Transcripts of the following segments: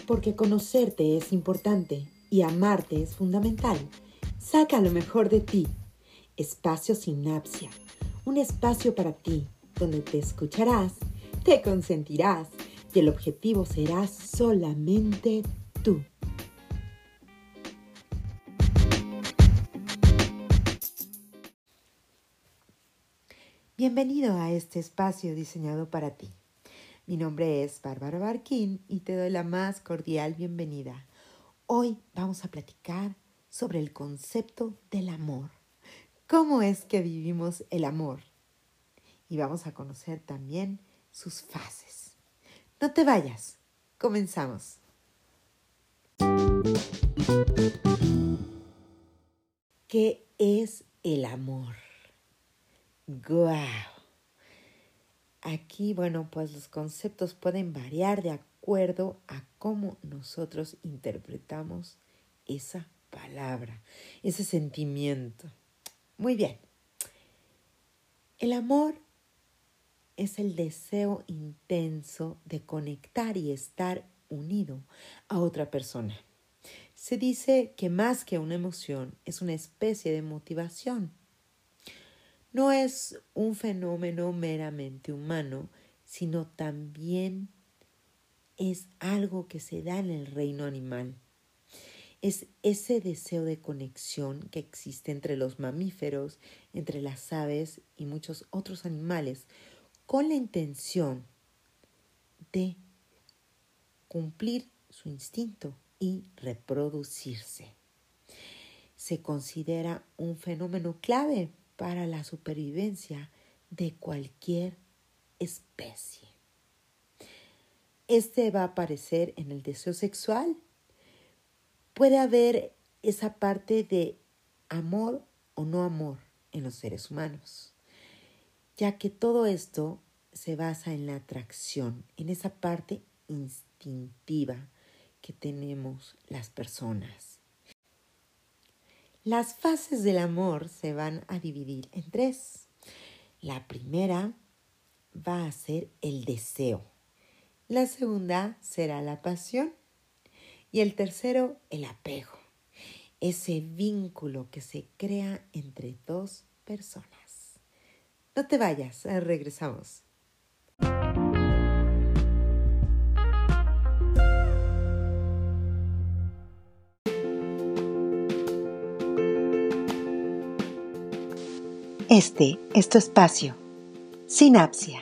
Porque conocerte es importante y amarte es fundamental. Saca lo mejor de ti. Espacio Sinapsia. Un espacio para ti, donde te escucharás, te consentirás y el objetivo será solamente tú. Bienvenido a este espacio diseñado para ti. Mi nombre es Bárbara Barquín y te doy la más cordial bienvenida. Hoy vamos a platicar sobre el concepto del amor. ¿Cómo es que vivimos el amor? Y vamos a conocer también sus fases. No te vayas, comenzamos. ¿Qué es el amor? ¡Guau! Aquí, pues los conceptos pueden variar de acuerdo a cómo nosotros interpretamos esa palabra, ese sentimiento. Muy bien. El amor es el deseo intenso de conectar y estar unido a otra persona. Se dice que más que una emoción es una especie de motivación. No es un fenómeno meramente humano, sino también es algo que se da en el reino animal. Es ese deseo de conexión que existe entre los mamíferos, entre las aves y muchos otros animales, con la intención de cumplir su instinto y reproducirse. Se considera un fenómeno clave para la supervivencia de cualquier especie. Este va a aparecer en el deseo sexual. Puede haber esa parte de amor o no amor en los seres humanos, ya que todo esto se basa en la atracción, en esa parte instintiva que tenemos las personas. Las fases del amor se van a dividir en 3. La primera va a ser el deseo. La segunda será la pasión. Y el tercero, el apego. Ese vínculo que se crea entre dos personas. No te vayas, regresamos. Este es tu espacio, Sinapsia.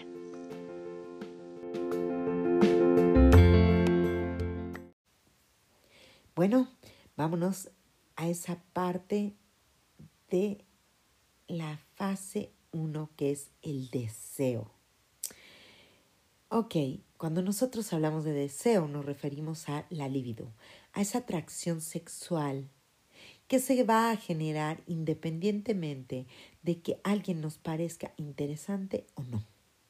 Bueno, vámonos a esa parte de la fase 1 que es el deseo. Ok, cuando nosotros hablamos de deseo nos referimos a la libido, a esa atracción sexual que se va a generar independientemente de que alguien nos parezca interesante o no.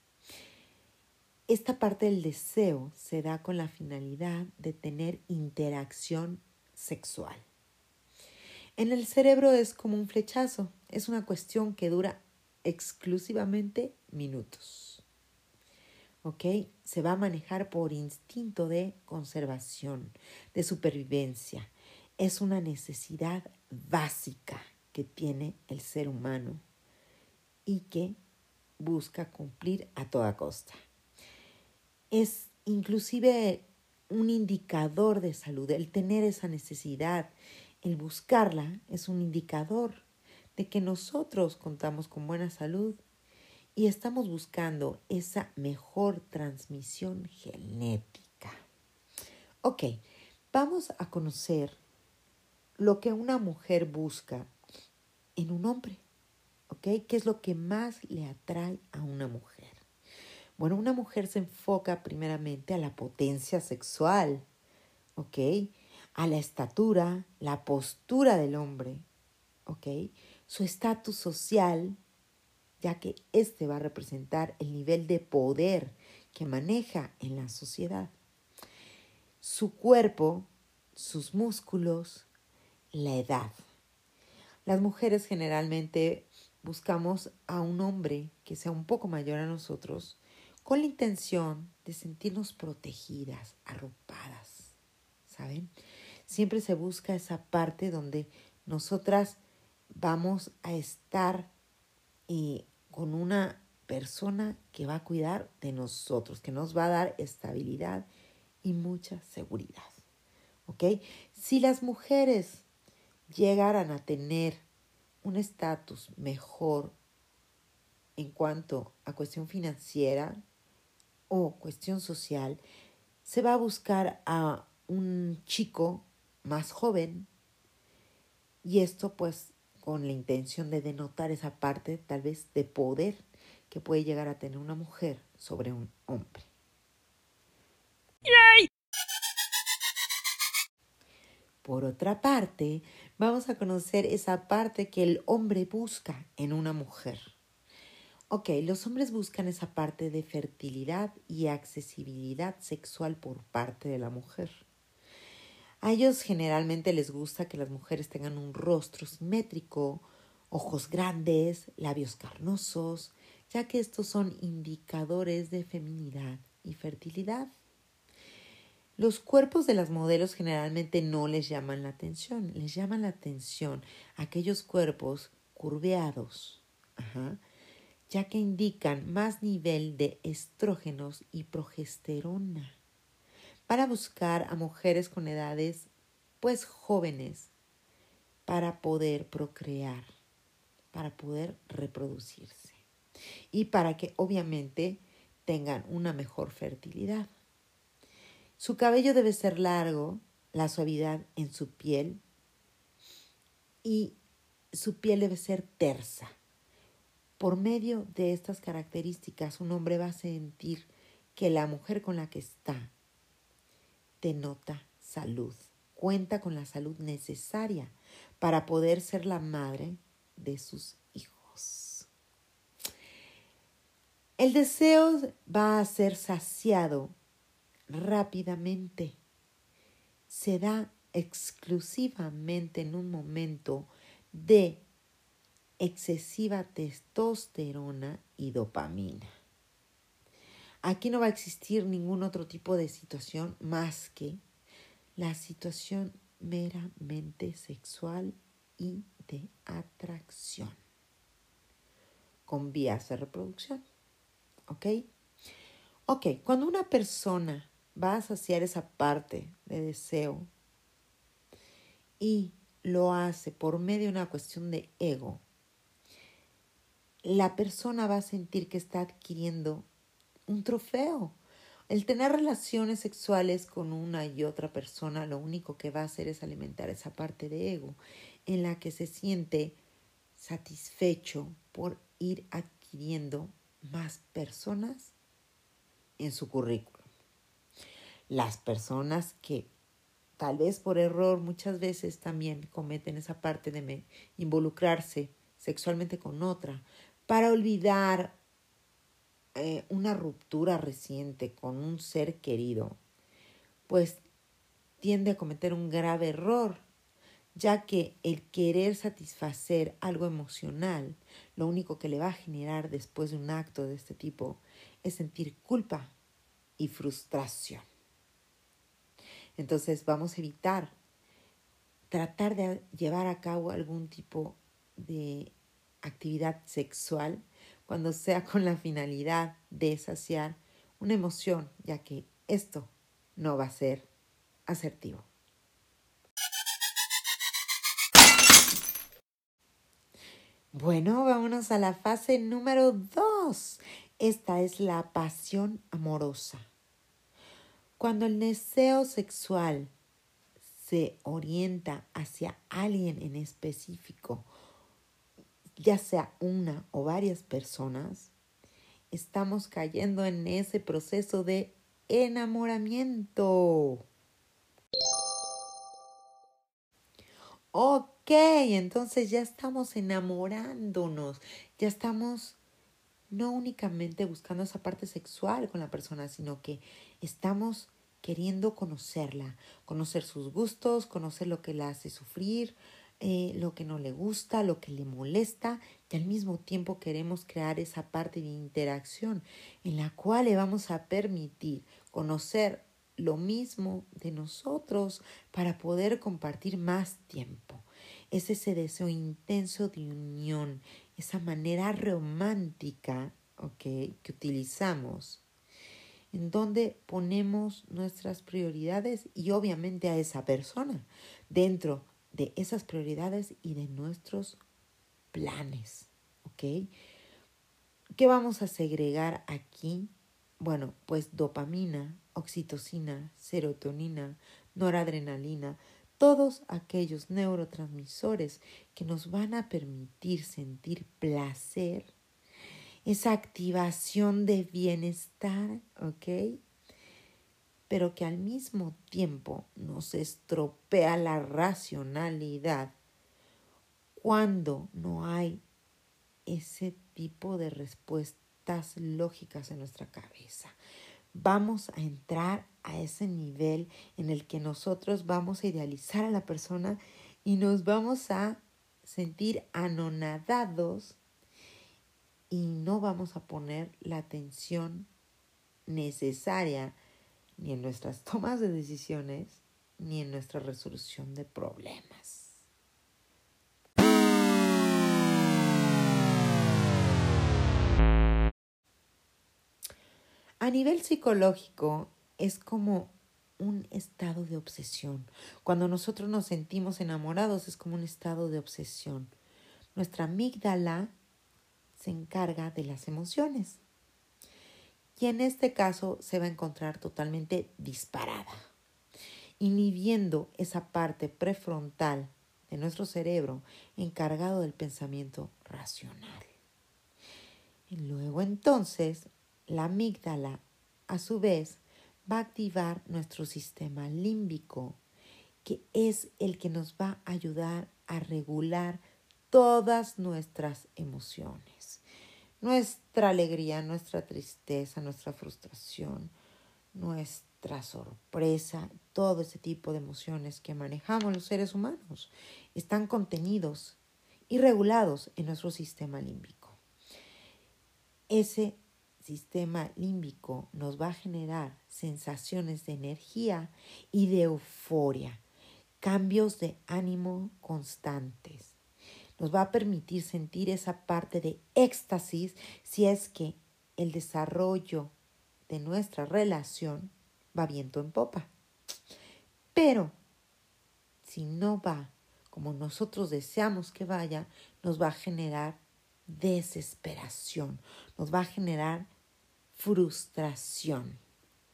Esta parte del deseo se da con la finalidad de tener interacción sexual. En el cerebro es como un flechazo, es una cuestión que dura exclusivamente minutos. ¿Ok? Se va a manejar por instinto de conservación, de supervivencia. Es una necesidad básica que tiene el ser humano y que busca cumplir a toda costa. Es inclusive un indicador de salud. El tener esa necesidad, el buscarla, es un indicador de que nosotros contamos con buena salud y estamos buscando esa mejor transmisión genética. Ok, vamos a conocer lo que una mujer busca en un hombre. ¿Ok? ¿Qué es lo que más le atrae a una mujer? Bueno, una mujer se enfoca primeramente a la potencia sexual, ¿ok? A la estatura, la postura del hombre, ¿ok? Su estatus social, ya que este va a representar el nivel de poder que maneja en la sociedad. Su cuerpo, sus músculos, la edad. Las mujeres generalmente buscamos a un hombre que sea un poco mayor a nosotros con la intención de sentirnos protegidas, arropadas. ¿saben? Siempre se busca esa parte donde nosotras vamos a estar con una persona que va a cuidar de nosotros, que nos va a dar estabilidad y mucha seguridad, ¿ok? Si las mujeres llegaran a tener un estatus mejor en cuanto a cuestión financiera o cuestión social, se va a buscar a un chico más joven y esto pues con la intención de denotar esa parte tal vez de poder que puede llegar a tener una mujer sobre un hombre. ¡Yay! Por otra parte, vamos a conocer esa parte que el hombre busca en una mujer. Ok, los hombres buscan esa parte de fertilidad y accesibilidad sexual por parte de la mujer. A ellos generalmente les gusta que las mujeres tengan un rostro simétrico, ojos grandes, labios carnosos, ya que estos son indicadores de feminidad y fertilidad. Los cuerpos de las modelos generalmente no les llaman la atención, les llaman la atención aquellos cuerpos curveados, ya que indican más nivel de estrógenos y progesterona, para buscar a mujeres con edades pues jóvenes para poder procrear, para poder reproducirse y para que obviamente tengan una mejor fertilidad. Su cabello debe ser largo, la suavidad en su piel y su piel debe ser tersa. Por medio de estas características, un hombre va a sentir que la mujer con la que está denota salud, cuenta con la salud necesaria para poder ser la madre de sus hijos. El deseo va a ser saciado rápidamente. Se da exclusivamente en un momento de excesiva testosterona y dopamina. Aquí no va a existir ningún otro tipo de situación más que la situación meramente sexual y de atracción con vías de reproducción. ¿Ok? Ok, cuando una persona va a saciar esa parte de deseo y lo hace por medio de una cuestión de ego, la persona va a sentir que está adquiriendo un trofeo. El tener relaciones sexuales con una y otra persona lo único que va a hacer es alimentar esa parte de ego en la que se siente satisfecho por ir adquiriendo más personas en su currículum. Las personas que tal vez por error muchas veces también cometen esa parte de involucrarse sexualmente con otra para olvidar una ruptura reciente con un ser querido, pues tiende a cometer un grave error, ya que el querer satisfacer algo emocional, lo único que le va a generar después de un acto de este tipo es sentir culpa y frustración. Entonces vamos a evitar tratar de llevar a cabo algún tipo de actividad sexual cuando sea con la finalidad de saciar una emoción, ya que esto no va a ser asertivo. Bueno, vámonos a la fase número 2. Esta es la pasión amorosa. Cuando el deseo sexual se orienta hacia alguien en específico, ya sea una o varias personas, estamos cayendo en ese proceso de enamoramiento. Ok, entonces ya estamos enamorándonos, ya estamos no únicamente buscando esa parte sexual con la persona, sino que estamos queriendo conocerla, conocer sus gustos, conocer lo que la hace sufrir, lo que no le gusta, lo que le molesta, y al mismo tiempo queremos crear esa parte de interacción en la cual le vamos a permitir conocer lo mismo de nosotros para poder compartir más tiempo. Es ese deseo intenso de unión, esa manera romántica, que utilizamos, en donde ponemos nuestras prioridades y obviamente a esa persona dentro de esas prioridades y de nuestros planes, ¿ok? ¿Qué vamos a segregar aquí? Bueno, pues dopamina, oxitocina, serotonina, noradrenalina, todos aquellos neurotransmisores que nos van a permitir sentir placer, esa activación de bienestar, ¿ok? Pero que al mismo tiempo nos estropea la racionalidad cuando no hay ese tipo de respuestas lógicas en nuestra cabeza. Vamos a entrar a ese nivel en el que nosotros vamos a idealizar a la persona y nos vamos a sentir anonadados y no vamos a poner la atención necesaria ni en nuestras tomas de decisiones ni en nuestra resolución de problemas. A nivel psicológico es como un estado de obsesión. Cuando nosotros nos sentimos enamorados es como un estado de obsesión. Nuestra amígdala se encarga de las emociones y en este caso se va a encontrar totalmente disparada, inhibiendo esa parte prefrontal de nuestro cerebro encargado del pensamiento racional. Y luego entonces la amígdala a su vez va a activar nuestro sistema límbico, que es el que nos va a ayudar a regular todas nuestras emociones. Nuestra alegría, nuestra tristeza, nuestra frustración, nuestra sorpresa, todo ese tipo de emociones que manejamos los seres humanos están contenidos y regulados en nuestro sistema límbico. Ese sistema límbico nos va a generar sensaciones de energía y de euforia, cambios de ánimo constantes. Nos va a permitir sentir esa parte de éxtasis si es que el desarrollo de nuestra relación va viento en popa. Pero si no va como nosotros deseamos que vaya, nos va a generar desesperación, nos va a generar frustración.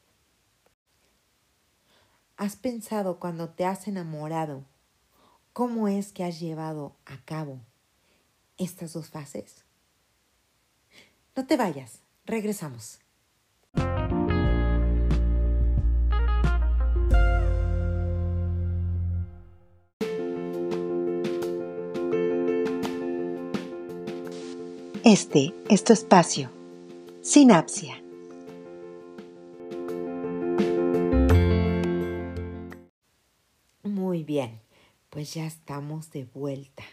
¿Has pensado cuando te has enamorado cómo es que has llevado a cabo estas dos fases? No te vayas, regresamos. Este es tu espacio, Sinapsia. Muy bien, pues ya estamos de vuelta.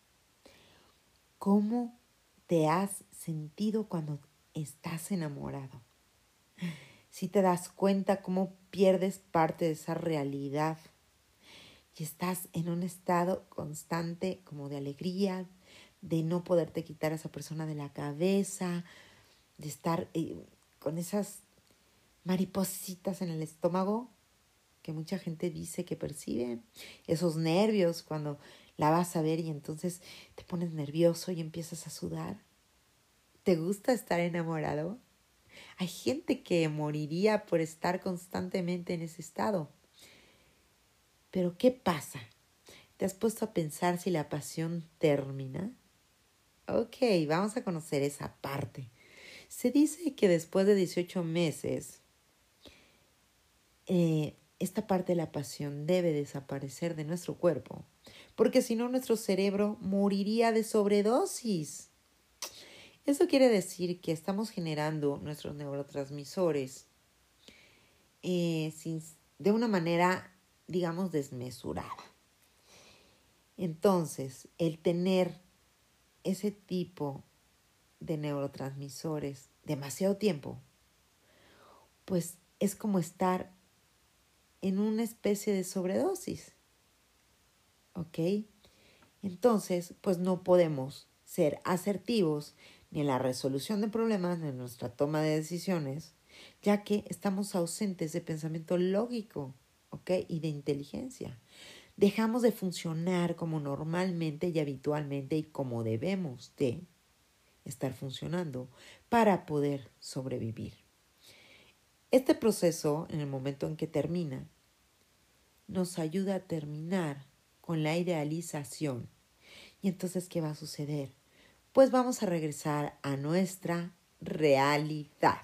¿Cómo te has sentido cuando estás enamorado? Si te das cuenta cómo pierdes parte de esa realidad y estás en un estado constante como de alegría, de no poderte quitar a esa persona de la cabeza, de estar con esas maripositas en el estómago que mucha gente dice que percibe, esos nervios cuando la vas a ver y entonces te pones nervioso y empiezas a sudar. ¿Te gusta estar enamorado? Hay gente que moriría por estar constantemente en ese estado. Pero ¿qué pasa? ¿Te has puesto a pensar si la pasión termina? Ok, vamos a conocer esa parte. Se dice que después de 18 meses, esta parte de la pasión debe desaparecer de nuestro cuerpo, porque si no nuestro cerebro moriría de sobredosis. Eso quiere decir que estamos generando nuestros neurotransmisores de una manera, digamos, desmesurada. Entonces, el tener ese tipo de neurotransmisores demasiado tiempo, pues es como estar en una especie de sobredosis. ¿Ok? Entonces, pues no podemos ser asertivos ni en la resolución de problemas ni en nuestra toma de decisiones, ya que estamos ausentes de pensamiento lógico, ¿ok? Y de inteligencia. Dejamos de funcionar como normalmente y habitualmente y como debemos de estar funcionando para poder sobrevivir. Este proceso, en el momento en que termina, nos ayuda a terminar con la idealización. ¿Y entonces qué va a suceder? Pues vamos a regresar a nuestra realidad.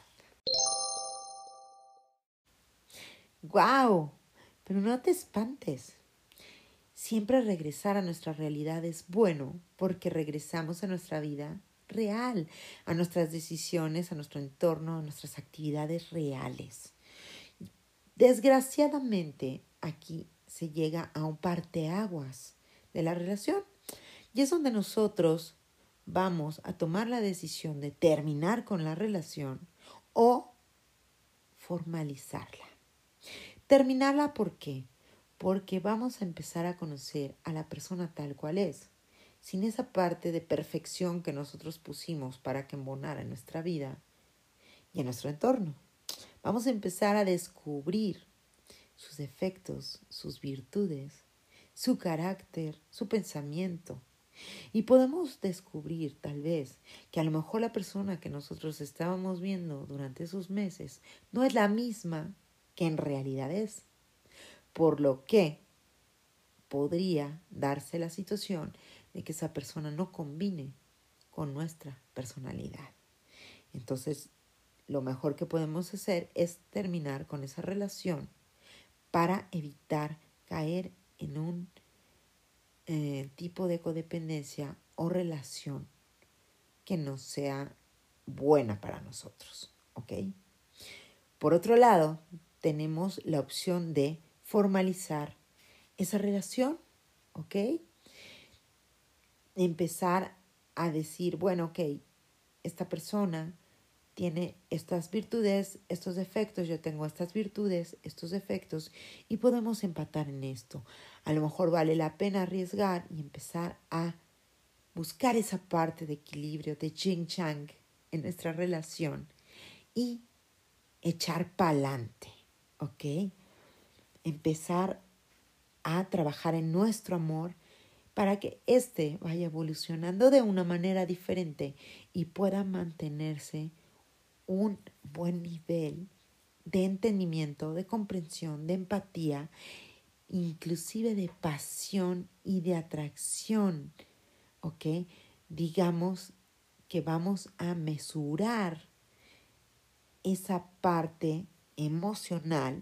¡Guau! Pero no te espantes. Siempre regresar a nuestra realidad es bueno porque regresamos a nuestra vida real, a nuestras decisiones, a nuestro entorno, a nuestras actividades reales. Desgraciadamente, aquí se llega a un parteaguas de la relación y es donde nosotros vamos a tomar la decisión de terminar con la relación o formalizarla. Terminarla, ¿por qué? Porque vamos a empezar a conocer a la persona tal cual es, sin esa parte de perfección que nosotros pusimos para que embonara en nuestra vida y en nuestro entorno. Vamos a empezar a descubrir sus defectos, sus virtudes, su carácter, su pensamiento. Y podemos descubrir tal vez que a lo mejor la persona que nosotros estábamos viendo durante esos meses no es la misma que en realidad es. Por lo que podría darse la situación de que esa persona no combine con nuestra personalidad. Entonces, lo mejor que podemos hacer es terminar con esa relación para evitar caer en un tipo de codependencia o relación que no sea buena para nosotros, ¿ok? Por otro lado, tenemos la opción de formalizar esa relación, ¿ok? Empezar a decir, bueno, ok, esta persona tiene estas virtudes, estos defectos, yo tengo estas virtudes, estos defectos, y podemos empatar en esto. A lo mejor vale la pena arriesgar y empezar a buscar esa parte de equilibrio, de yin-yang en nuestra relación y echar pa'lante, ¿ok? Empezar a trabajar en nuestro amor para que éste vaya evolucionando de una manera diferente y pueda mantenerse un buen nivel de entendimiento, de comprensión, de empatía, inclusive de pasión y de atracción, ¿ok? Digamos que vamos a mesurar esa parte emocional,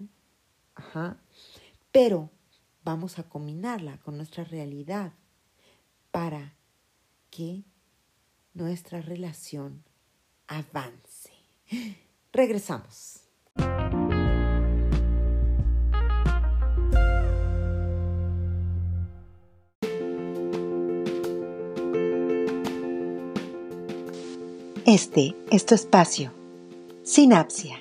pero vamos a combinarla con nuestra realidad para que nuestra relación avance. Regresamos. Este es tu espacio, Sinapsia.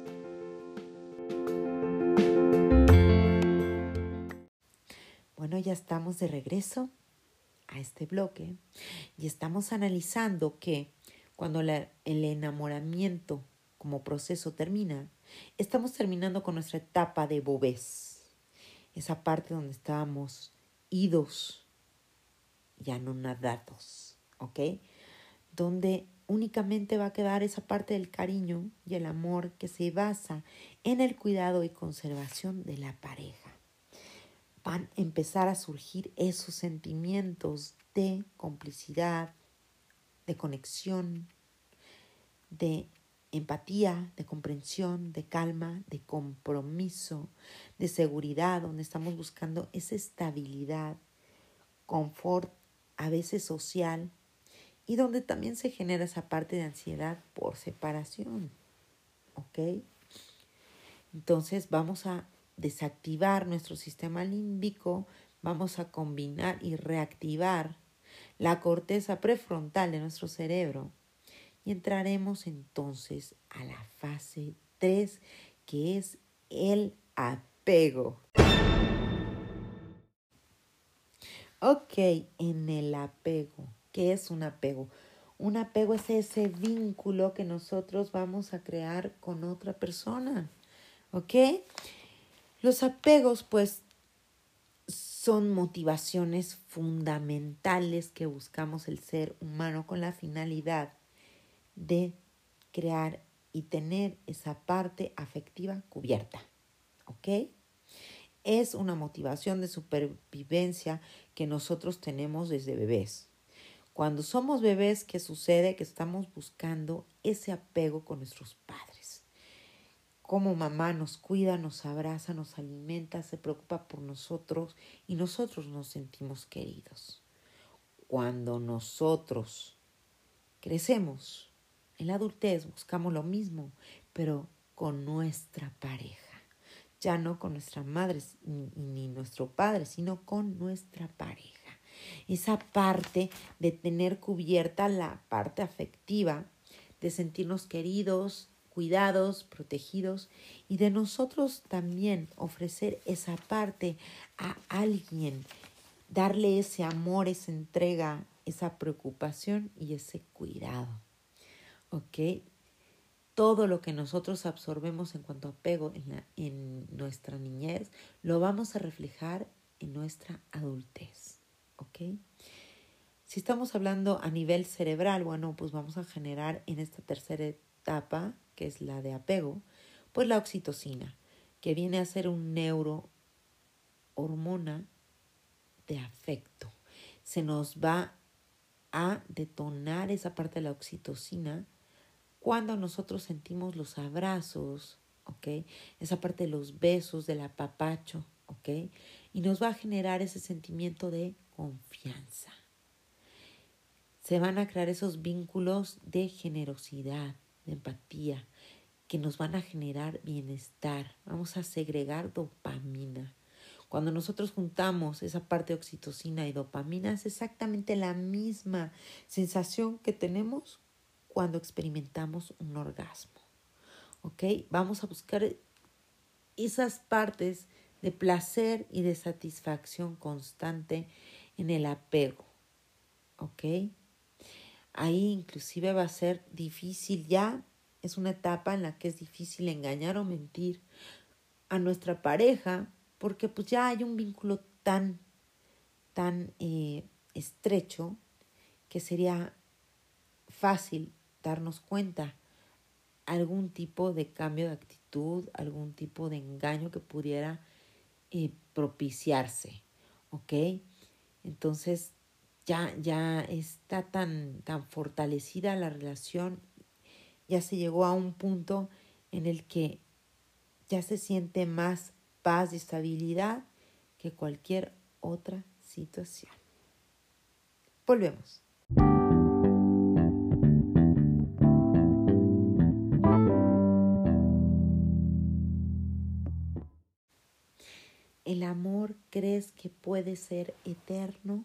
Bueno, ya estamos de regreso a este bloque y estamos analizando que cuando el enamoramiento como proceso termina, estamos terminando con nuestra etapa de bobés, esa parte donde estábamos idos, ya no nadados, ¿ok? Donde únicamente va a quedar esa parte del cariño y el amor que se basa en el cuidado y conservación de la pareja. Van a empezar a surgir esos sentimientos de complicidad, de conexión, de empatía, de comprensión, de calma, de compromiso, de seguridad, donde estamos buscando esa estabilidad, confort, a veces social, y donde también se genera esa parte de ansiedad por separación, ¿ok? Entonces vamos a desactivar nuestro sistema límbico, vamos a combinar y reactivar la corteza prefrontal de nuestro cerebro y entraremos entonces a la fase 3, que es el apego. apego. Ok, en el apego. ¿Qué es un apego? Un apego es ese vínculo que nosotros vamos a crear con otra persona. ¿Ok? Los apegos, pues, son motivaciones fundamentales que buscamos el ser humano con la finalidad de crear y tener esa parte afectiva cubierta. ¿Ok? Es una motivación de supervivencia que nosotros tenemos desde bebés. Cuando somos bebés, ¿qué sucede? Que estamos buscando ese apego con nuestros padres. Como mamá nos cuida, nos abraza, nos alimenta, se preocupa por nosotros y nosotros nos sentimos queridos. Cuando nosotros crecemos, en la adultez buscamos lo mismo, pero con nuestra pareja. Ya no con nuestra madre ni nuestro padre, sino con nuestra pareja. Esa parte de tener cubierta la parte afectiva, de sentirnos queridos, cuidados, protegidos y de nosotros también ofrecer esa parte a alguien, darle ese amor, esa entrega, esa preocupación y ese cuidado. ¿Ok? Todo lo que nosotros absorbemos en cuanto a apego en nuestra niñez, lo vamos a reflejar en nuestra adultez. ¿Ok? Si estamos hablando a nivel cerebral, bueno, pues vamos a generar en esta tercera etapa, que es la de apego, pues la oxitocina, que viene a ser un neurohormona de afecto. Se nos va a detonar esa parte de la oxitocina cuando nosotros sentimos los abrazos, ¿ok? Esa parte de los besos, del apapacho, ¿ok? Y nos va a generar ese sentimiento de confianza. Se van a crear esos vínculos de generosidad, de empatía, que nos van a generar bienestar. Vamos a segregar dopamina. Cuando nosotros juntamos esa parte de oxitocina y dopamina, es exactamente la misma sensación que tenemos cuando experimentamos un orgasmo. ¿Ok? Vamos a buscar esas partes de placer y de satisfacción constante en el apego. ¿Ok? Ahí inclusive va a ser difícil ya, es una etapa en la que es difícil engañar o mentir a nuestra pareja porque pues ya hay un vínculo tan estrecho que sería fácil darnos cuenta algún tipo de cambio de actitud, algún tipo de engaño que pudiera propiciarse, ¿ok? Entonces ya está tan fortalecida la relación, ya se llegó a un punto en el que ya se siente más paz y estabilidad que cualquier otra situación. Volvemos. ¿El amor crees que puede ser eterno?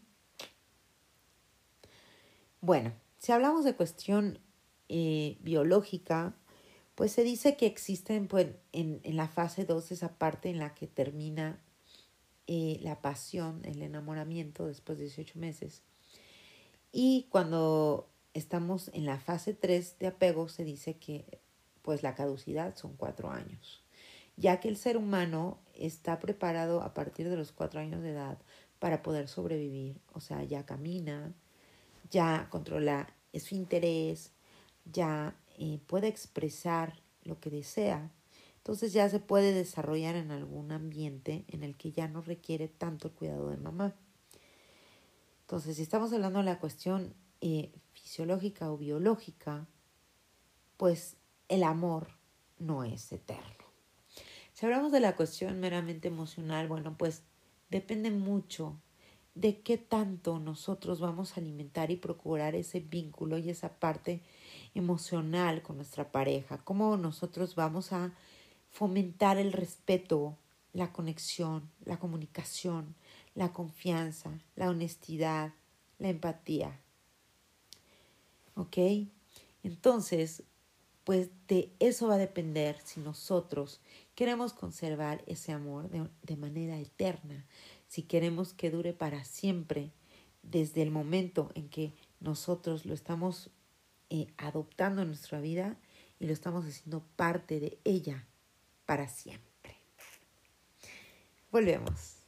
Bueno, si hablamos de cuestión biológica, pues se dice que existen pues, en la fase 2 esa parte en la que termina la pasión, el enamoramiento después de 18 meses. Y cuando estamos en la fase 3 de apego, se dice que pues la caducidad son 4 años, ya que el ser humano está preparado a partir de los 4 años de edad para poder sobrevivir. O sea, ya camina, ya controla su interés, ya puede expresar lo que desea. Entonces ya se puede desarrollar en algún ambiente en el que ya no requiere tanto el cuidado de mamá. Entonces, si estamos hablando de la cuestión fisiológica o biológica, pues el amor no es eterno. Si hablamos de la cuestión meramente emocional, bueno, pues depende mucho de qué tanto nosotros vamos a alimentar y procurar ese vínculo y esa parte emocional con nuestra pareja, cómo nosotros vamos a fomentar el respeto, la conexión, la comunicación, la confianza, la honestidad, la empatía. ¿Ok? Entonces, pues de eso va a depender si nosotros queremos conservar ese amor de manera eterna, si queremos que dure para siempre, desde el momento en que nosotros lo estamos adoptando en nuestra vida y lo estamos haciendo parte de ella para siempre. Volvemos.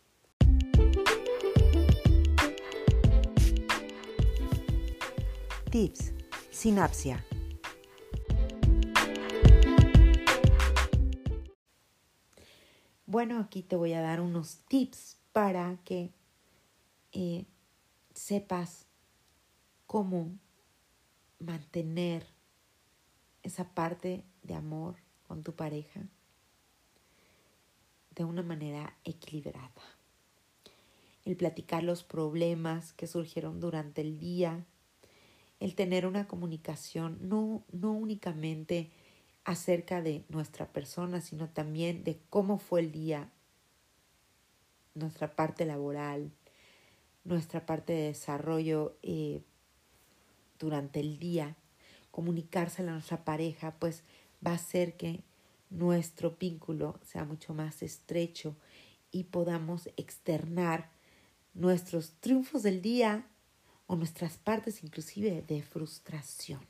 Tips. Sinapsia. Bueno, aquí te voy a dar unos tips para que sepas cómo mantener esa parte de amor con tu pareja de una manera equilibrada. El platicar los problemas que surgieron durante el día, el tener una comunicación no únicamente acerca de nuestra persona, sino también de cómo fue el día, nuestra parte laboral, nuestra parte de desarrollo durante el día, comunicárselo a nuestra pareja, pues va a hacer que nuestro vínculo sea mucho más estrecho y podamos externar nuestros triunfos del día o nuestras partes inclusive de frustración.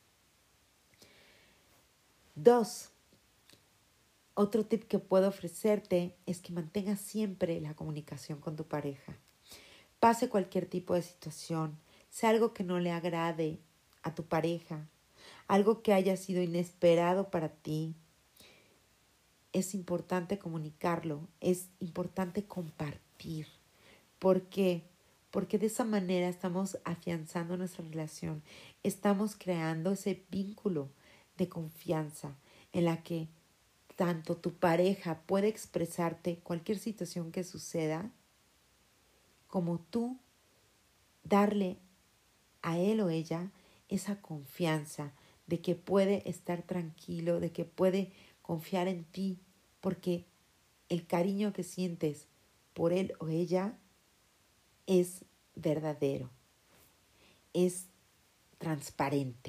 2. Otro tip que puedo ofrecerte es que mantengas siempre la comunicación con tu pareja. Pase cualquier tipo de situación, sea algo que no le agrade a tu pareja, algo que haya sido inesperado para ti, es importante comunicarlo, es importante compartir. ¿Por qué? Porque de esa manera estamos afianzando nuestra relación, estamos creando ese vínculo de confianza en la que tanto tu pareja puede expresarte cualquier situación que suceda, como tú darle a él o ella esa confianza de que puede estar tranquilo, de que puede confiar en ti, porque el cariño que sientes por él o ella es verdadero, es transparente.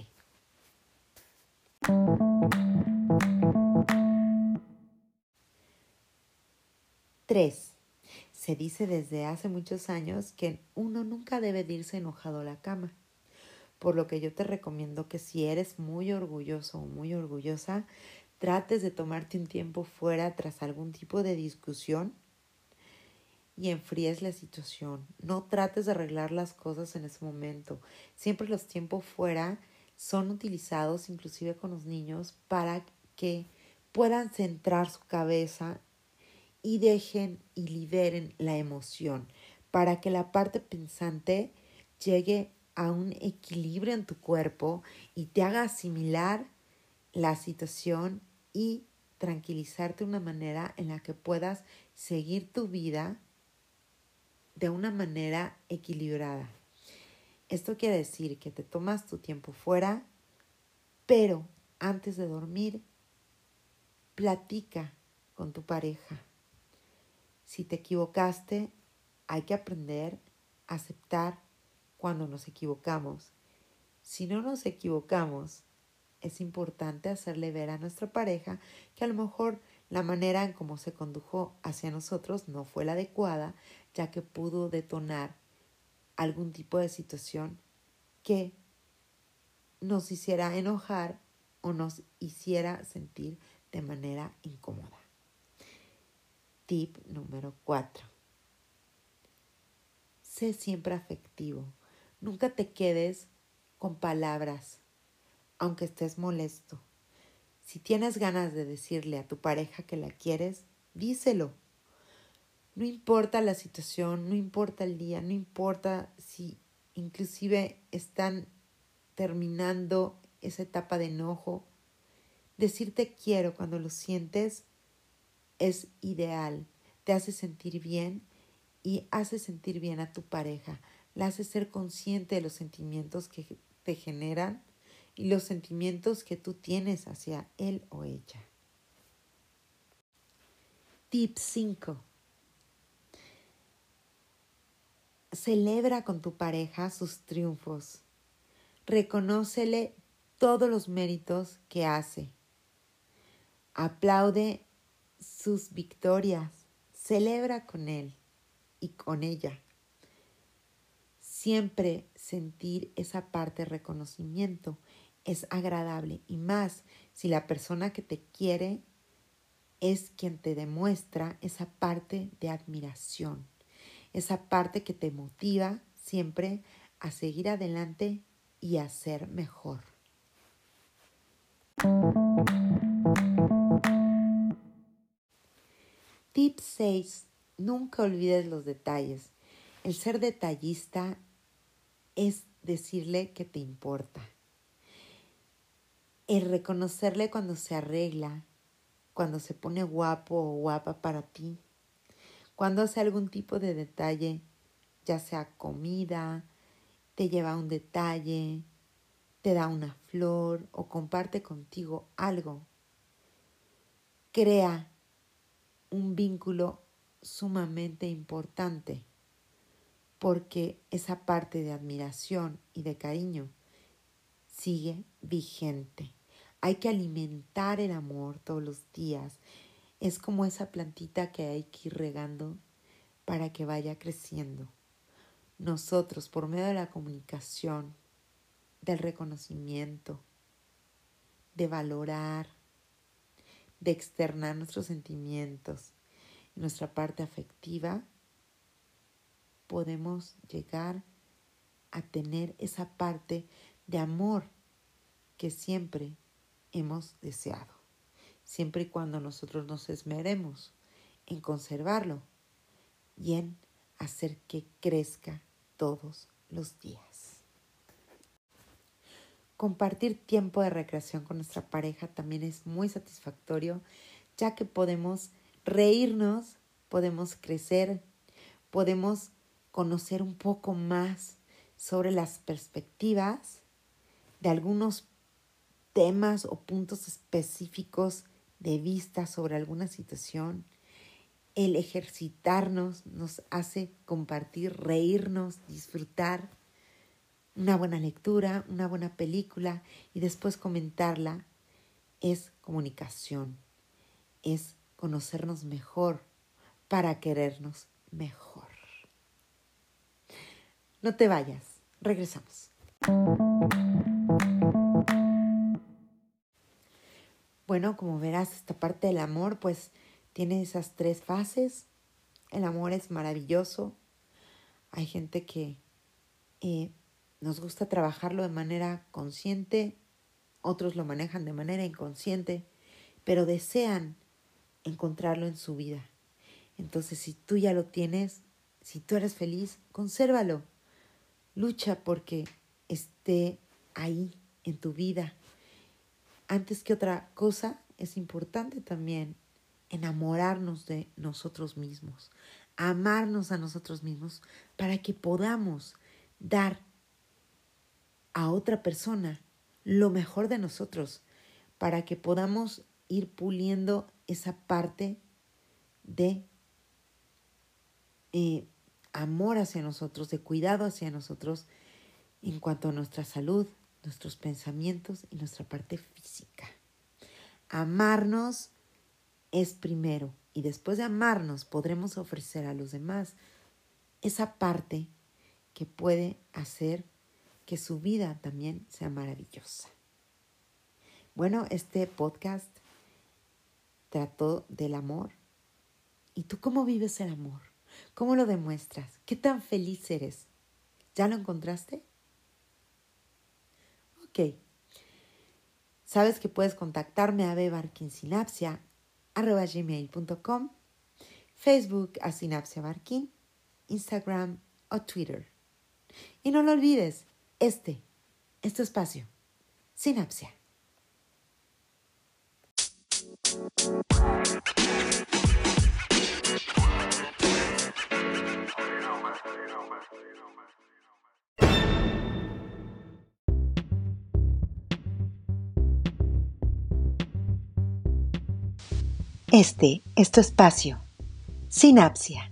3. Se dice desde hace muchos años que uno nunca debe de irse enojado a la cama. Por lo que yo te recomiendo que si eres muy orgulloso o muy orgullosa, trates de tomarte un tiempo fuera tras algún tipo de discusión y enfríes la situación. No trates de arreglar las cosas en ese momento. Siempre los tiempos fuera son utilizados inclusive con los niños para que puedan centrar su cabeza y dejen y liberen la emoción, para que la parte pensante llegue a un equilibrio en tu cuerpo y te haga asimilar la situación y tranquilizarte de una manera en la que puedas seguir tu vida de una manera equilibrada. Esto quiere decir que te tomas tu tiempo fuera, pero antes de dormir, platica con tu pareja. Si te equivocaste, hay que aprender a aceptar cuando nos equivocamos. Si no nos equivocamos, es importante hacerle ver a nuestra pareja que a lo mejor la manera en cómo se condujo hacia nosotros no fue la adecuada, ya que pudo detonar algún tipo de situación que nos hiciera enojar o nos hiciera sentir de manera incómoda. Tip número 4. Sé siempre afectivo. Nunca te quedes con palabras, aunque estés molesto. Si tienes ganas de decirle a tu pareja que la quieres, díselo. No importa la situación, no importa el día, no importa si inclusive están terminando esa etapa de enojo. Decirte quiero cuando lo sientes es ideal. Te hace sentir bien y hace sentir bien a tu pareja. La hace ser consciente de los sentimientos que te generan y los sentimientos que tú tienes hacia él o ella. Tip 5. Celebra con tu pareja sus triunfos. Reconócele todos los méritos que hace. Aplaude sus victorias. Celebra con él y con ella. Siempre sentir esa parte de reconocimiento es agradable, y más si la persona que te quiere es quien te demuestra esa parte de admiración, esa parte que te motiva siempre a seguir adelante y a ser mejor. Tip 6. Nunca olvides los detalles. El ser detallista es decirle que te importa. El reconocerle cuando se arregla, cuando se pone guapo o guapa para ti, cuando hace algún tipo de detalle, ya sea comida, te lleva un detalle, te da una flor o comparte contigo algo. Crea un vínculo sumamente importante, porque esa parte de admiración y de cariño sigue vigente. Hay que alimentar el amor todos los días. Es como esa plantita que hay que ir regando para que vaya creciendo. Nosotros, por medio de la comunicación, del reconocimiento, de valorar, de externar nuestros sentimientos, nuestra parte afectiva, podemos llegar a tener esa parte de amor que siempre hemos deseado, siempre y cuando nosotros nos esmeremos en conservarlo y en hacer que crezca todos los días. Compartir tiempo de recreación con nuestra pareja también es muy satisfactorio, ya que podemos reírnos, podemos crecer, podemos conocer un poco más sobre las perspectivas de algunos temas o puntos específicos de vista sobre alguna situación. El ejercitarnos nos hace compartir, reírnos, disfrutar una buena lectura, una buena película y después comentarla. Es comunicación, es conocernos mejor para querernos mejor. No te vayas, regresamos. Bueno, como verás, esta parte del amor pues tiene esas 3 fases. El amor es maravilloso. Hay gente que nos gusta trabajarlo de manera consciente, otros lo manejan de manera inconsciente, pero desean encontrarlo en su vida. Entonces, si tú ya lo tienes, si tú eres feliz, consérvalo. Lucha porque esté ahí en tu vida. Antes que otra cosa, es importante también enamorarnos de nosotros mismos, amarnos a nosotros mismos para que podamos dar a otra persona lo mejor de nosotros, para que podamos ir puliendo esa parte de amor hacia nosotros, de cuidado hacia nosotros en cuanto a nuestra salud, nuestros pensamientos y nuestra parte física. Amarnos es primero, y después de amarnos podremos ofrecer a los demás esa parte que puede hacer que su vida también sea maravillosa. Bueno, este podcast trató del amor. ¿Y tú cómo vives el amor? ¿Cómo lo demuestras? ¿Qué tan feliz eres? ¿Ya lo encontraste? Ok. Sabes que puedes contactarme a bebarquinsinapsia@gmail.com, Facebook a Sinapsia Barquín, Instagram o Twitter. Y no lo olvides, este es tu espacio, Sinapsia. Este es tu espacio, Sinapsia.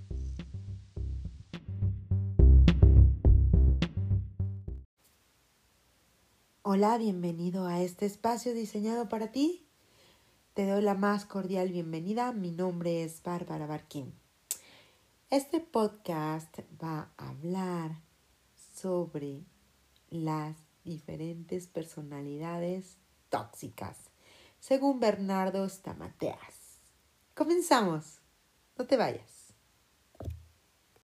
Hola, bienvenido a este espacio diseñado para ti. Te doy la más cordial bienvenida. Mi nombre es Bárbara Barquín. Este podcast va a hablar sobre las diferentes personalidades tóxicas, según Bernardo Stamateas. Comenzamos. No te vayas.